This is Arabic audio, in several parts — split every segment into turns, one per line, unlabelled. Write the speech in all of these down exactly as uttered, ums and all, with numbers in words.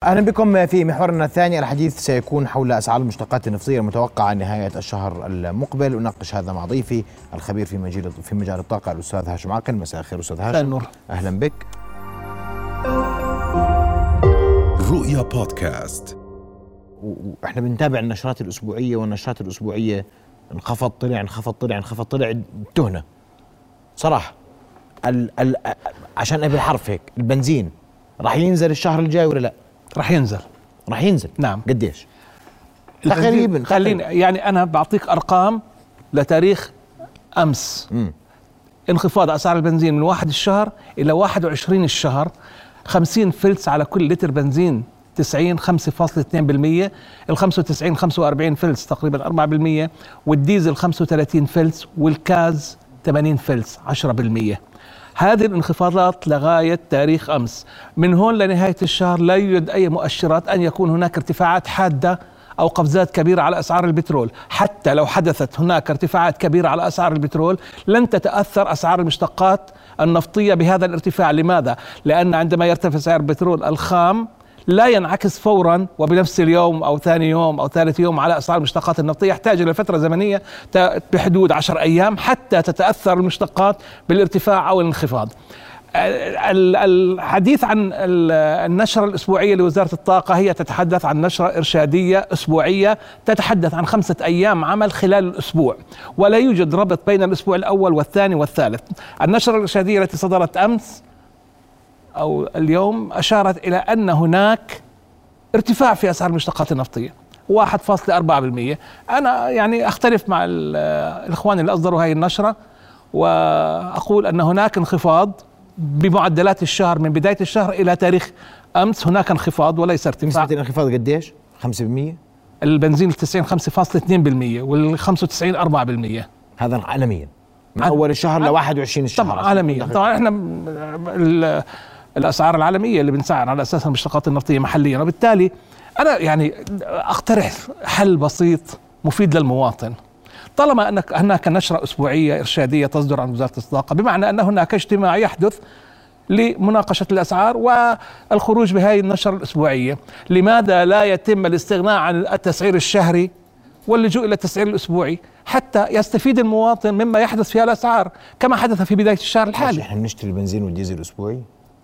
أهلا بكم في محورنا الثاني. الحديث سيكون حول أسعار المشتقات النفطية المتوقعة نهاية الشهر المقبل. أناقش هذا مع ضيفي الخبير في مجال في مجال الطاقة الأستاذ هاشم عاقل. مساء الخير أستاذ هاشم. أهلا بك.
رؤيا بودكاست.
وإحنا بنتابع النشرات الأسبوعية، والنشرات الأسبوعية انخفض طلع انخفض طلع انخفض طلع تهنة صراحة. ال ال عشان بالحرف هيك البنزين راح ينزل الشهر الجاي ولا لا؟
راح ينزل
راح ينزل.
نعم.
قديش؟
تقريبا خليني يعني أنا بعطيك أرقام لتاريخ أمس. م. انخفاض أسعار البنزين من واحد الشهر إلى واحد وعشرين الشهر، خمسين فلس على كل لتر بنزين، تسعين خمسة فاصلة اثنين بالمية، الخمسة وتسعين خمسة وأربعين فلس تقريبا أربعة بالمية، والديزل خمسة وثلاثين فلس، والكاز ثمانين فلس عشرة بالمية. هذه الانخفاضات لغاية تاريخ أمس. من هون لنهاية الشهر لا يوجد أي مؤشرات أن يكون هناك ارتفاعات حادة أو قفزات كبيرة على أسعار البترول. حتى لو حدثت هناك ارتفاعات كبيرة على أسعار البترول لن تتأثر أسعار المشتقات النفطية بهذا الارتفاع. لماذا؟ لأن عندما يرتفع سعر البترول الخام لا ينعكس فورا وبنفس اليوم أو ثاني يوم أو ثالث يوم على أسعار المشتقات النفطية، يحتاج إلى فترة زمنية بحدود عشر أيام حتى تتأثر المشتقات بالارتفاع أو الانخفاض. الحديث عن النشرة الأسبوعية لوزارة الطاقة هي تتحدث عن نشرة إرشادية أسبوعية تتحدث عن خمسة أيام عمل خلال الأسبوع، ولا يوجد ربط بين الأسبوع الأول والثاني والثالث. النشرة الإرشادية التي صدرت أمس أو اليوم أشارت إلى أن هناك ارتفاع في أسعار المشتقات النفطية واحد فاصلة أربعة بالمية. أنا يعني أختلف مع الإخوان اللي أصدروا هذه النشرة، وأقول أن هناك انخفاض بمعدلات الشهر من بداية الشهر إلى تاريخ أمس. هناك انخفاض وليس ارتفاع.
نسبة الانخفاض قديش؟ خمسة بالمية؟
البنزين التسعين خمسة فاصلة اثنين بالمية، والخمسة وتسعين أربعة بالمية.
هذا عالميا من أول الشهر لواحد وعشرين الشهر.
طبعا عالميا. طبعا احنا الأسعار العالمية اللي بنسعر على أساسها المشتقات النفطية محليا، وبالتالي أنا يعني أقترح حل بسيط مفيد للمواطن. طالما أن هناك نشرة أسبوعية إرشادية تصدر عن وزارة الطاقة، بمعنى أن هناك اجتماع يحدث لمناقشة الأسعار والخروج بهذه النشرة الأسبوعية، لماذا لا يتم الاستغناء عن التسعير الشهري واللجوء إلى التسعير الأسبوعي حتى يستفيد المواطن مما يحدث في الأسعار كما حدث في بداية الشهر الحالي؟
احنا بنشتري البنزين والديزل أسبوعي.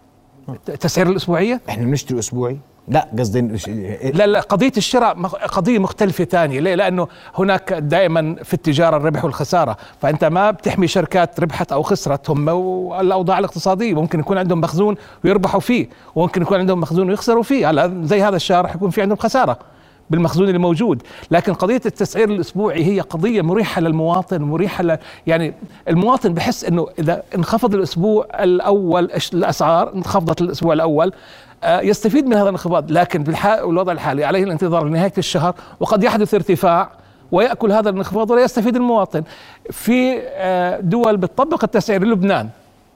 التسعير الأسبوعية
احنا بنشتري أسبوعي. لا قصدي
لا لا قضية الشراء قضية مختلفة ثانية. ليه؟ لأنه هناك دائما في التجارة الربح والخسارة، فأنت ما بتحمي شركات ربحت أو خسرت هم والأوضاع الاقتصادية. ممكن يكون عندهم مخزون ويربحوا فيه، وممكن يكون عندهم مخزون ويخسروا فيه. هلا زي هذا الشهر حيكون في عندهم خسارة بالمخزون اللي موجود. لكن قضية التسعير الأسبوعي هي قضية مريحة للمواطن، مريحة ل... يعني المواطن بحس إنه إذا انخفض الأسبوع الأول الأسعار انخفضت الأسبوع الأول يستفيد من هذا الانخفاض. لكن بالوضع الحالي عليه الانتظار لنهاية الشهر، وقد يحدث ارتفاع ويأكل هذا الانخفاض ولا يستفيد المواطن. في دول بتطبق التسعير، لبنان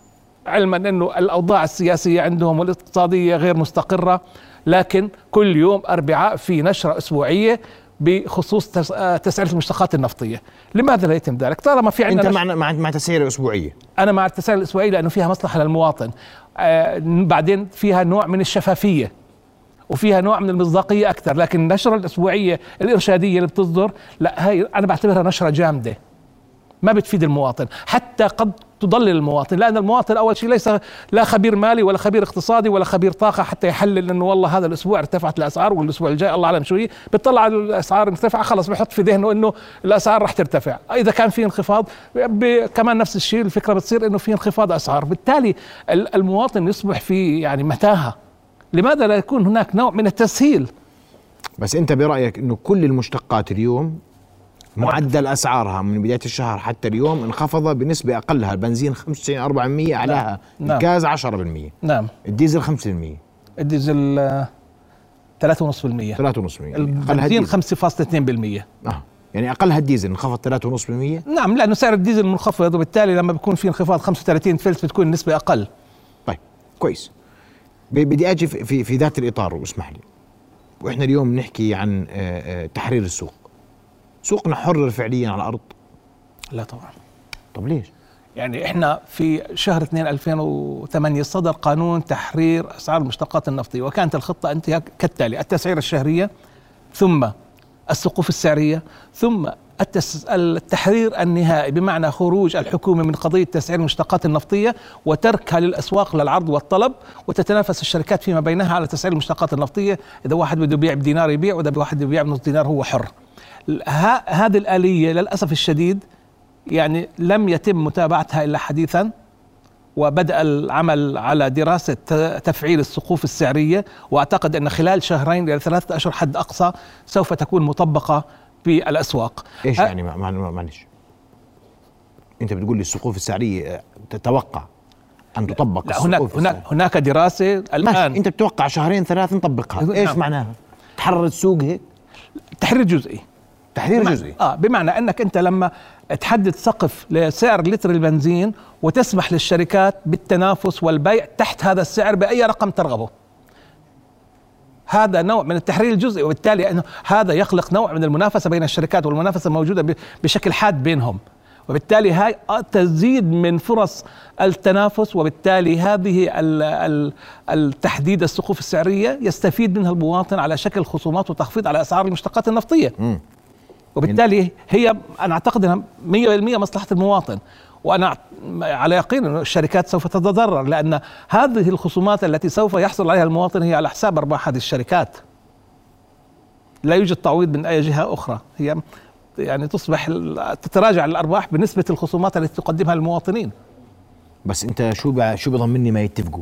علما أنه الأوضاع السياسية عندهم والاقتصادية غير مستقرة، لكن كل يوم أربعاء في نشرة أسبوعية بخصوص تسعير المشتقات النفطية. لماذا لا يتم ذلك طالما في عندنا؟
أنت مع مع مع تسعير أسبوعية؟
أنا مع التسعير الأسبوعية لأنه فيها مصلحة للمواطن. آه بعدين فيها نوع من الشفافية وفيها نوع من المصداقية أكثر. لكن النشرة الأسبوعية الإرشادية اللي بتصدر لا، هاي أنا بعتبرها نشرة جامدة ما بتفيد المواطن، حتى قد تضلل المواطن، لأن المواطن أول شيء ليس لا خبير مالي ولا خبير اقتصادي ولا خبير طاقة حتى يحلل إنه والله هذا الأسبوع ارتفعت الأسعار والأسبوع الجاي الله أعلم شو هي. بتطلع على الأسعار ارتفع خلص بحط في ذهنه إنه الأسعار رح ترتفع. إذا كان في انخفاض كمان نفس الشيء الفكرة بتصير إنه في انخفاض أسعار، بالتالي المواطن يصبح في يعني متاهة. لماذا لا يكون هناك نوع من التسهيل؟
بس أنت برأيك إنه كل المشتقات اليوم معدل أسعارها من بداية الشهر حتى اليوم انخفض بنسبة أقلها؟ البنزين خمسة وتسعين أربعة بالمية أعلاها. نعم. الغاز عشرة بالمية.
نعم.
الديزل خمسة بالمية.
الديزل ثلاثة ونص بالمية.
ثلاثة ونص بالمية.
البنزين خمسة فاصلة اثنين بالمية.
آه. يعني أقلها الديزل انخفض ثلاثة ونص بالمية.
نعم، لأنه سعر الديزل منخفض، وبالتالي لما بيكون في انخفاض خمسة وثلاثين فلس بتكون النسبة أقل.
طيب كويس. بدي أجي في في ذات الإطار واسمح لي. وإحنا اليوم نحكي عن تحرير السوق. سوقنا حر فعليا على الأرض؟
لا طبعا.
طب ليش؟
يعني احنا في شهر اثنين ألفين وثمانية صدر قانون تحرير اسعار المشتقات النفطيه، وكانت الخطه انت كالتالي: التسعيره الشهريه، ثم السقوف السعريه، ثم التحرير النهائي، بمعنى خروج الحكومه من قضيه تسعير المشتقات النفطيه وتركها للاسواق للعرض والطلب، وتتنافس الشركات فيما بينها على تسعير المشتقات النفطيه. اذا واحد بده يبيع بدينار يبيع، واذا واحد بده يبيع بنص دينار هو حر. هذه الآلية للأسف الشديد يعني لم يتم متابعتها إلا حديثا، وبدأ العمل على دراسة تفعيل السقوف السعرية، وأعتقد أن خلال شهرين إلى ثلاثة أشهر حد أقصى سوف تكون مطبقة في الأسواق.
إيش يعني؟ معلش، أنت بتقول لي السقوف السعرية تتوقع أن تطبق؟
لا، هناك هناك هناك دراسة الآن.
أنت بتوقع شهرين ثلاث نطبقها، إيش نعم. معناها؟ تحرر السوق هيك؟
تحرير جزئي.
تحرير جزئي
اه بمعنى انك انت لما تحدد سقف لسعر لتر البنزين وتسمح للشركات بالتنافس والبيع تحت هذا السعر باي رقم ترغبه، هذا نوع من التحرير الجزئي، وبالتالي انه هذا يخلق نوع من المنافسه بين الشركات، والمنافسه موجوده بشكل حاد بينهم، وبالتالي هاي تزيد من فرص التنافس، وبالتالي هذه التحديد السقوف السعريه يستفيد منها المواطن على شكل خصومات وتخفيض على اسعار المشتقات النفطيه. م. وبالتالي هي أنا أعتقد أنها مئة بالمئة مصلحة المواطن، وأنا على يقين أن الشركات سوف تتضرر، لأن هذه الخصومات التي سوف يحصل عليها المواطن هي على حساب أرباح هذه الشركات، لا يوجد تعويض من أي جهة أخرى، هي يعني تصبح تتراجع الأرباح بنسبة الخصومات التي تقدمها للمواطنين.
بس أنت شو شو بضمني ما يتفقوا؟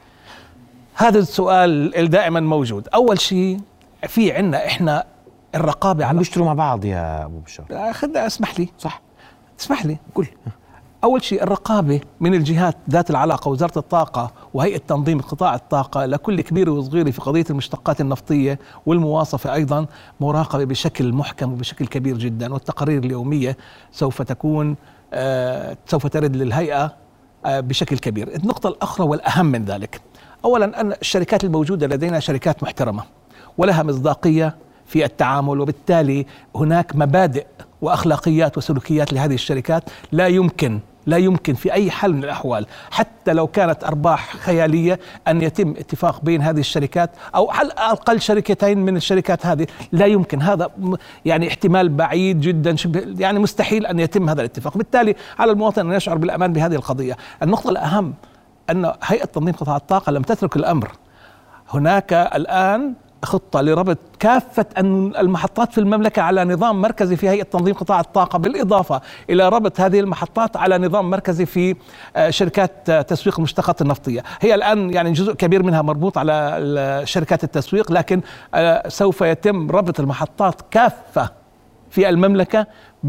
هذا السؤال دائما موجود. أول شيء في عنا إحنا الرقابة على
بيشتروا مع بعض يا أبو بشار.
خذ اسمح لي.
صح،
اسمح لي.
قل.
أول شيء الرقابة من الجهات ذات العلاقة، وزارة الطاقة وهيئة تنظيم قطاع الطاقة، لكل كبيرة وصغيرة في قضية المشتقات النفطية والمواصفة أيضا مراقبة بشكل محكم وبشكل كبير جدا، والتقارير اليومية سوف تكون آه سوف ترد للهيئة آه بشكل كبير. النقطة الأخرى والأهم من ذلك، أولا أن الشركات الموجودة لدينا شركات محترمة ولها مصداقية في التعامل، وبالتالي هناك مبادئ وأخلاقيات وسلوكيات لهذه الشركات لا يمكن لا يمكن في أي حال من الأحوال، حتى لو كانت أرباح خيالية، أن يتم اتفاق بين هذه الشركات أو على الأقل شركتين من الشركات هذه، لا يمكن. هذا يعني احتمال بعيد جدا، يعني مستحيل أن يتم هذا الاتفاق. بالتالي على المواطن أن يشعر بالأمان بهذه القضية. النقطة الأهم أن هيئة تنظيم قطاع الطاقة لم تترك الأمر، هناك الآن خطة لربط كافة المحطات في المملكة على نظام مركزي في هيئة تنظيم قطاع الطاقة، بالإضافة إلى ربط هذه المحطات على نظام مركزي في شركات تسويق المشتقات النفطية. هي الآن يعني جزء كبير منها مربوط على شركات التسويق، لكن سوف يتم ربط المحطات كافة في المملكة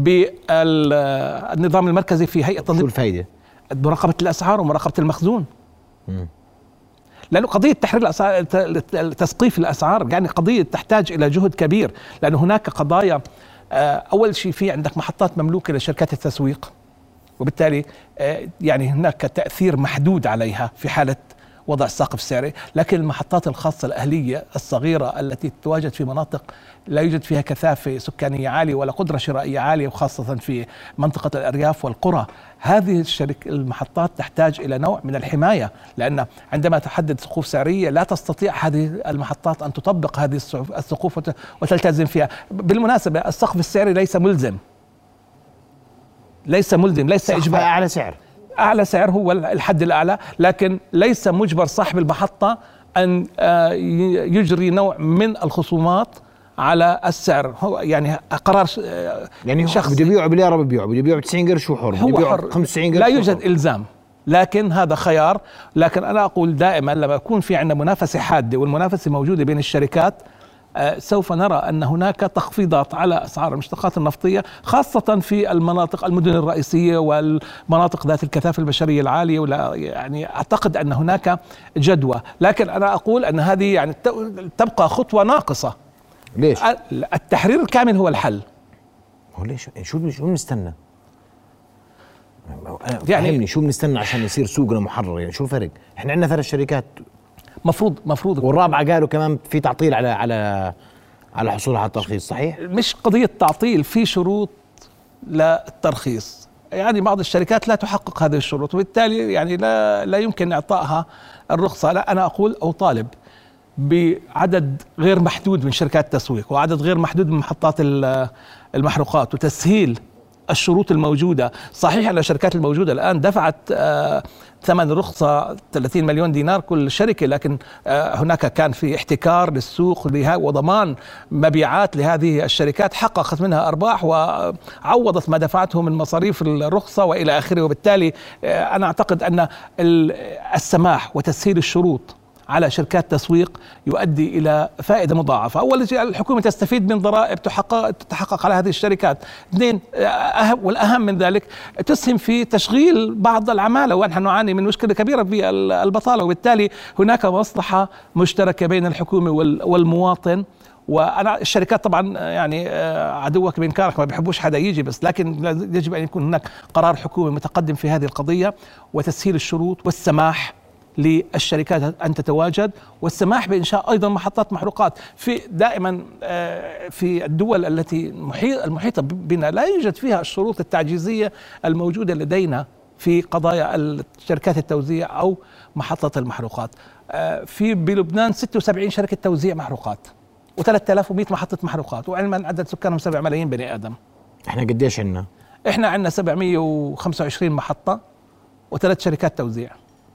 بالنظام المركزي في هيئة تنظيم.
شو الفائدة؟
مراقبة الأسعار ومراقبة المخزون. م. لأنه قضية تحرير الأسعار، تسقيف الأسعار، يعني قضية تحتاج إلى جهد كبير، لأن هناك قضايا. أول شيء في عندك محطات مملوكة لشركات التسويق، وبالتالي يعني هناك تأثير محدود عليها في حالة وضع السقف السعري، لكن المحطات الخاصة الأهلية الصغيرة التي تتواجد في مناطق لا يوجد فيها كثافة سكانية عالية ولا قدرة شرائية عالية، وخاصة في منطقة الأرياف والقرى، هذه الشركة المحطات تحتاج إلى نوع من الحماية، لأن عندما تحدد سقوف سعرية لا تستطيع هذه المحطات أن تطبق هذه السقوف وتلتزم فيها. بالمناسبة السقف السعري ليس ملزم، ليس ملزم، ليس إجباري.
أعلى سعر
أعلى سعر هو الحد الأعلى، لكن ليس مجبر صاحب المحطة أن يجري نوع من الخصومات على السعر. هو يعني قرار
يعني شخص بده يبيعه بليرة ببيعه، بده يبيعه تسعين قرش وحر، بده يبيعه خمسة وتسعين قرش،
لا يوجد إلزام، لكن هذا خيار. لكن أنا أقول دائما لما يكون في عندنا منافسة حادة والمنافسة موجودة بين الشركات، آه سوف نرى أن هناك تخفيضات على أسعار المشتقات النفطية، خاصة في المناطق المدن الرئيسية والمناطق ذات الكثافة البشرية العالية. ولا يعني أعتقد أن هناك جدوى، لكن أنا أقول أن هذه يعني تبقى خطوة ناقصة.
ليش؟
التحرير الكامل هو الحل.
هو ليش؟ شو شو بنستنى؟ يعني شو بنستنى عشان يصير سوقنا محرر؟ يعني شو الفرق؟ احنا عندنا ثلاث شركات
مفروض مفروض
والرابعه قالوا كمان في تعطيل على على على حصولها على الترخيص، صحيح؟
مش قضيه تعطيل، في شروط للترخيص. يعني بعض الشركات لا تحقق هذه الشروط، وبالتالي يعني لا لا يمكن إعطائها الرخصة. لا، أنا أقول أو طالب بعدد غير محدود من شركات التسويق وعدد غير محدود من محطات المحروقات وتسهيل الشروط الموجودة. صحيح أن الشركات الموجودة الآن دفعت آه ثمن الرخصة ثلاثين مليون دينار كل شركة، لكن آه هناك كان في احتكار للسوق وضمان مبيعات لهذه الشركات، حققت منها أرباح وعوضت ما دفعته من مصاريف الرخصة وإلى آخره. وبالتالي آه أنا أعتقد أن السماح وتسهيل الشروط على شركات تسويق يؤدي إلى فائدة مضاعفة. أول شيء الحكومة تستفيد من ضرائب تحقق, تتحقق على هذه الشركات. اثنين، أهم والأهم من ذلك، تسهم في تشغيل بعض العمالة، ونحن نعاني من مشكلة كبيرة بالبطالة، وبالتالي هناك مصلحة مشتركة بين الحكومة والمواطن. وأنا الشركات طبعا يعني عدوك بإنكارك، ما بيحبوش حدا يجي، بس لكن يجب أن يكون هناك قرار حكومي متقدم في هذه القضية، وتسهيل الشروط والسماح للشركات أن تتواجد، والسماح بإنشاء أيضا محطات محروقات. في دائما في الدول التي المحيطة بنا لا يوجد فيها الشروط التعجيزية الموجودة لدينا في قضايا شركات التوزيع أو محطة المحروقات. في بلبنان ستة وسبعين شركة توزيع محروقات وثلاثة آلاف ومئة محطة محروقات، وعلما عدد سكانهم سبعة ملايين بني آدم.
احنا قديش عنا؟ احنا
عنا سبعمئة وخمسة وعشرين محطة وثلاث شركات توزيع.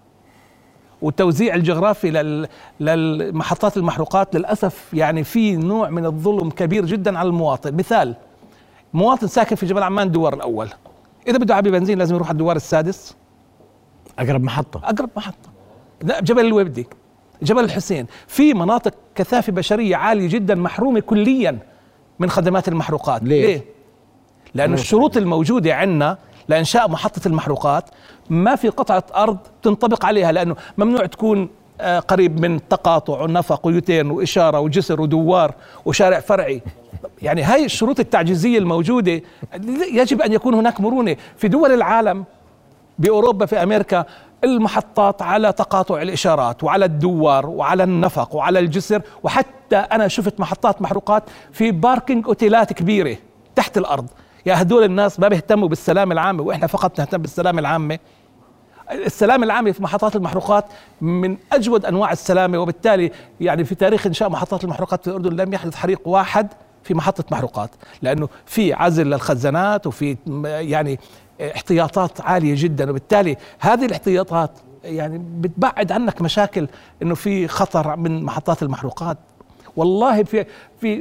والتوزيع الجغرافي للمحطات المحروقات للأسف يعني في نوع من الظلم كبير جدا على المواطن. مثال، مواطن ساكن في جبل عمان الدوار الأول، إذا بده يعبي بنزين لازم يروح على الدوار السادس،
أقرب محطة
أقرب محطة جبل الوبدي، جبل الحسين. في مناطق كثافة بشرية عالية جدا محرومة كليا من خدمات المحروقات.
ليه؟ ليه؟
لأن الشروط الموجودة عندنا لإنشاء محطة المحروقات ما في قطعة أرض تنطبق عليها، لأنه ممنوع تكون قريب من تقاطع ونفق ويوتين وإشارة وجسر ودوار وشارع فرعي. يعني هاي الشروط التعجيزية الموجودة يجب أن يكون هناك مرونة. في دول العالم، بأوروبا، في أمريكا، المحطات على تقاطع الإشارات وعلى الدوار وعلى النفق وعلى الجسر، وحتى أنا شفت محطات محروقات في باركينج أوتيلات كبيرة تحت الأرض. يا هدول الناس ما بيهتموا بالسلام العامة، وإحنا فقط نهتم بالسلام العامة. السلام العامة في محطات المحروقات من أجود أنواع السلامة، وبالتالي يعني في تاريخ إنشاء محطات المحروقات في الأردن لم يحدث حريق واحد في محطة محروقات، لأنه في عزل للخزانات وفي يعني احتياطات عالية جدا. وبالتالي هذه الاحتياطات يعني بتبعد عنك مشاكل إنه في خطر من محطات المحروقات. والله في في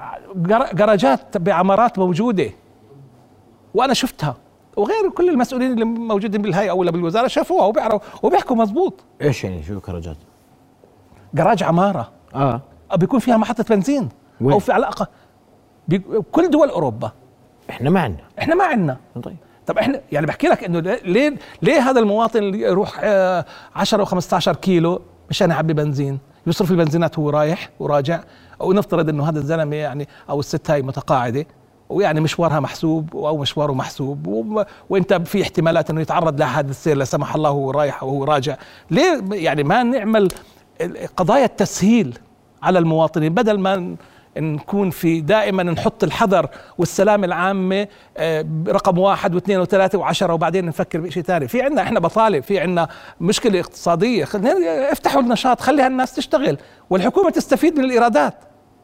جراجات بعمارات موجودة وأنا شفتها، وغير كل المسؤولين اللي موجودين بالهيئة ولا بالوزارة شافوها وبيعرفوا وبيحكوا مزبوط.
ايش يعني شو جراجات؟
جراج عمارة
اه
بيكون فيها محطة بنزين وين؟ او في علاقة بكل دول اوروبا.
احنا ما عندنا
احنا ما عندنا
طيب
طب احنا يعني بحكي لك انه ليه ليه هذا المواطن اللي يروح آه عشرة وخمسة عشر كيلو مشان يعبي بنزين، يصرف البنزينات وهو رايح وراجع، او نفترض انه هذا الزلمه يعني او الست هاي متقاعده ويعني مشوارها محسوب او مشواره محسوب، وانت في احتمالات انه يتعرض لحادث سير لا سمح الله وهو رايح وهو راجع. ليه يعني ما نعمل قضايا التسهيل على المواطنين، بدل ما نكون في دائما نحط الحذر والسلامة العامة رقم واحد واثنين وثلاثة وعشرة وبعدين نفكر بشيء ثاني. في عندنا احنا بطالة، في عندنا مشكلة اقتصادية، افتحوا النشاط، خلي هالناس تشتغل والحكومة تستفيد من الإيرادات.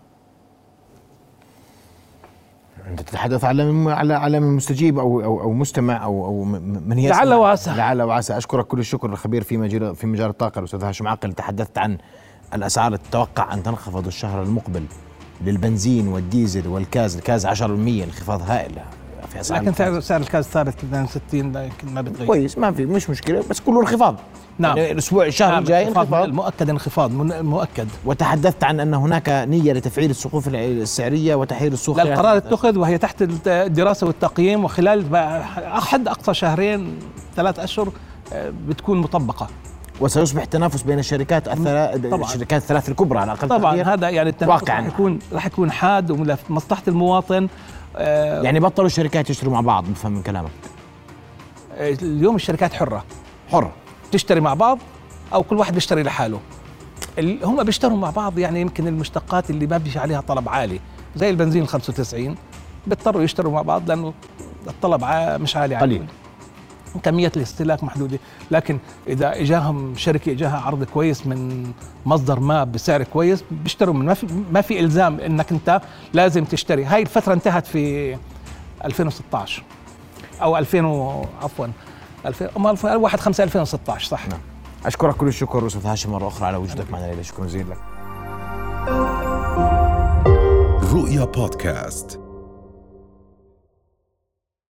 أنت تتحدث على على على من مستجيب أو أو أو مستمع أو أو من يسمع.
لعل وعسى
لعل وعسى. أشكرك كل الشكر الخبير في مجال في مجال الطاقة الأستاذ هاشم عاقل. تحدثت عن الأسعار تتوقع أن تنخفض الشهر المقبل للبنزين والديزل والكاز. الكاز عشرة بالمئة انخفاض هائل في أسعار،
لكن سعر الكاز ثابت اثنين وستين لكن ما بتغير.
كويس، ما في مش مشكلة، بس كله انخفاض.
نعم
يعني الأسبوع الشهر الجاي انخفاض
المؤكد، انخفاض مؤكد.
وتحدثت عن أن هناك نية لتفعيل السقوف السعرية وتحرير السوق.
القرار اتخذ وهي تحت الدراسة والتقييم، وخلال أحد أقصى شهرين ثلاث أشهر بتكون مطبقة،
وسيصبح تنافس بين الشركات الثلاث الشركات الثلاث الكبرى على الأقل.
طبعا هذا يعني التنافس راح يكون راح يكون حاد ومصلحة المواطن.
آه يعني بطلوا الشركات يشتروا مع بعض، بفهم من كلامك.
اليوم الشركات حرة
حرة
تشتري مع بعض أو كل واحد بيشتري لحاله. هم بيشتروا مع بعض، يعني يمكن المشتقات اللي ما بيجي عليها طلب عالي زي البنزين الخمسة وتسعين بيضطروا يشتروا مع بعض لأنه الطلب مش عالي
قليل،
كمية الاستهلاك محدودة. لكن إذا إجاهم شركة إجاها عرض كويس من مصدر ما بسعر كويس بيشتروا من، ما في ما في إلزام إنك أنت لازم تشتري. هاي الفترة انتهت في ألفين وستة عشر أو ألفين عفوا ألفين واحد خمسة ألفين وستة عشر صح.
نعم. أشكرك كل الشكر أستاذ هاشم مرة أخرى على وجودك معنا ليلى، شكرا جزيلا لك.
رؤيا بودكاست.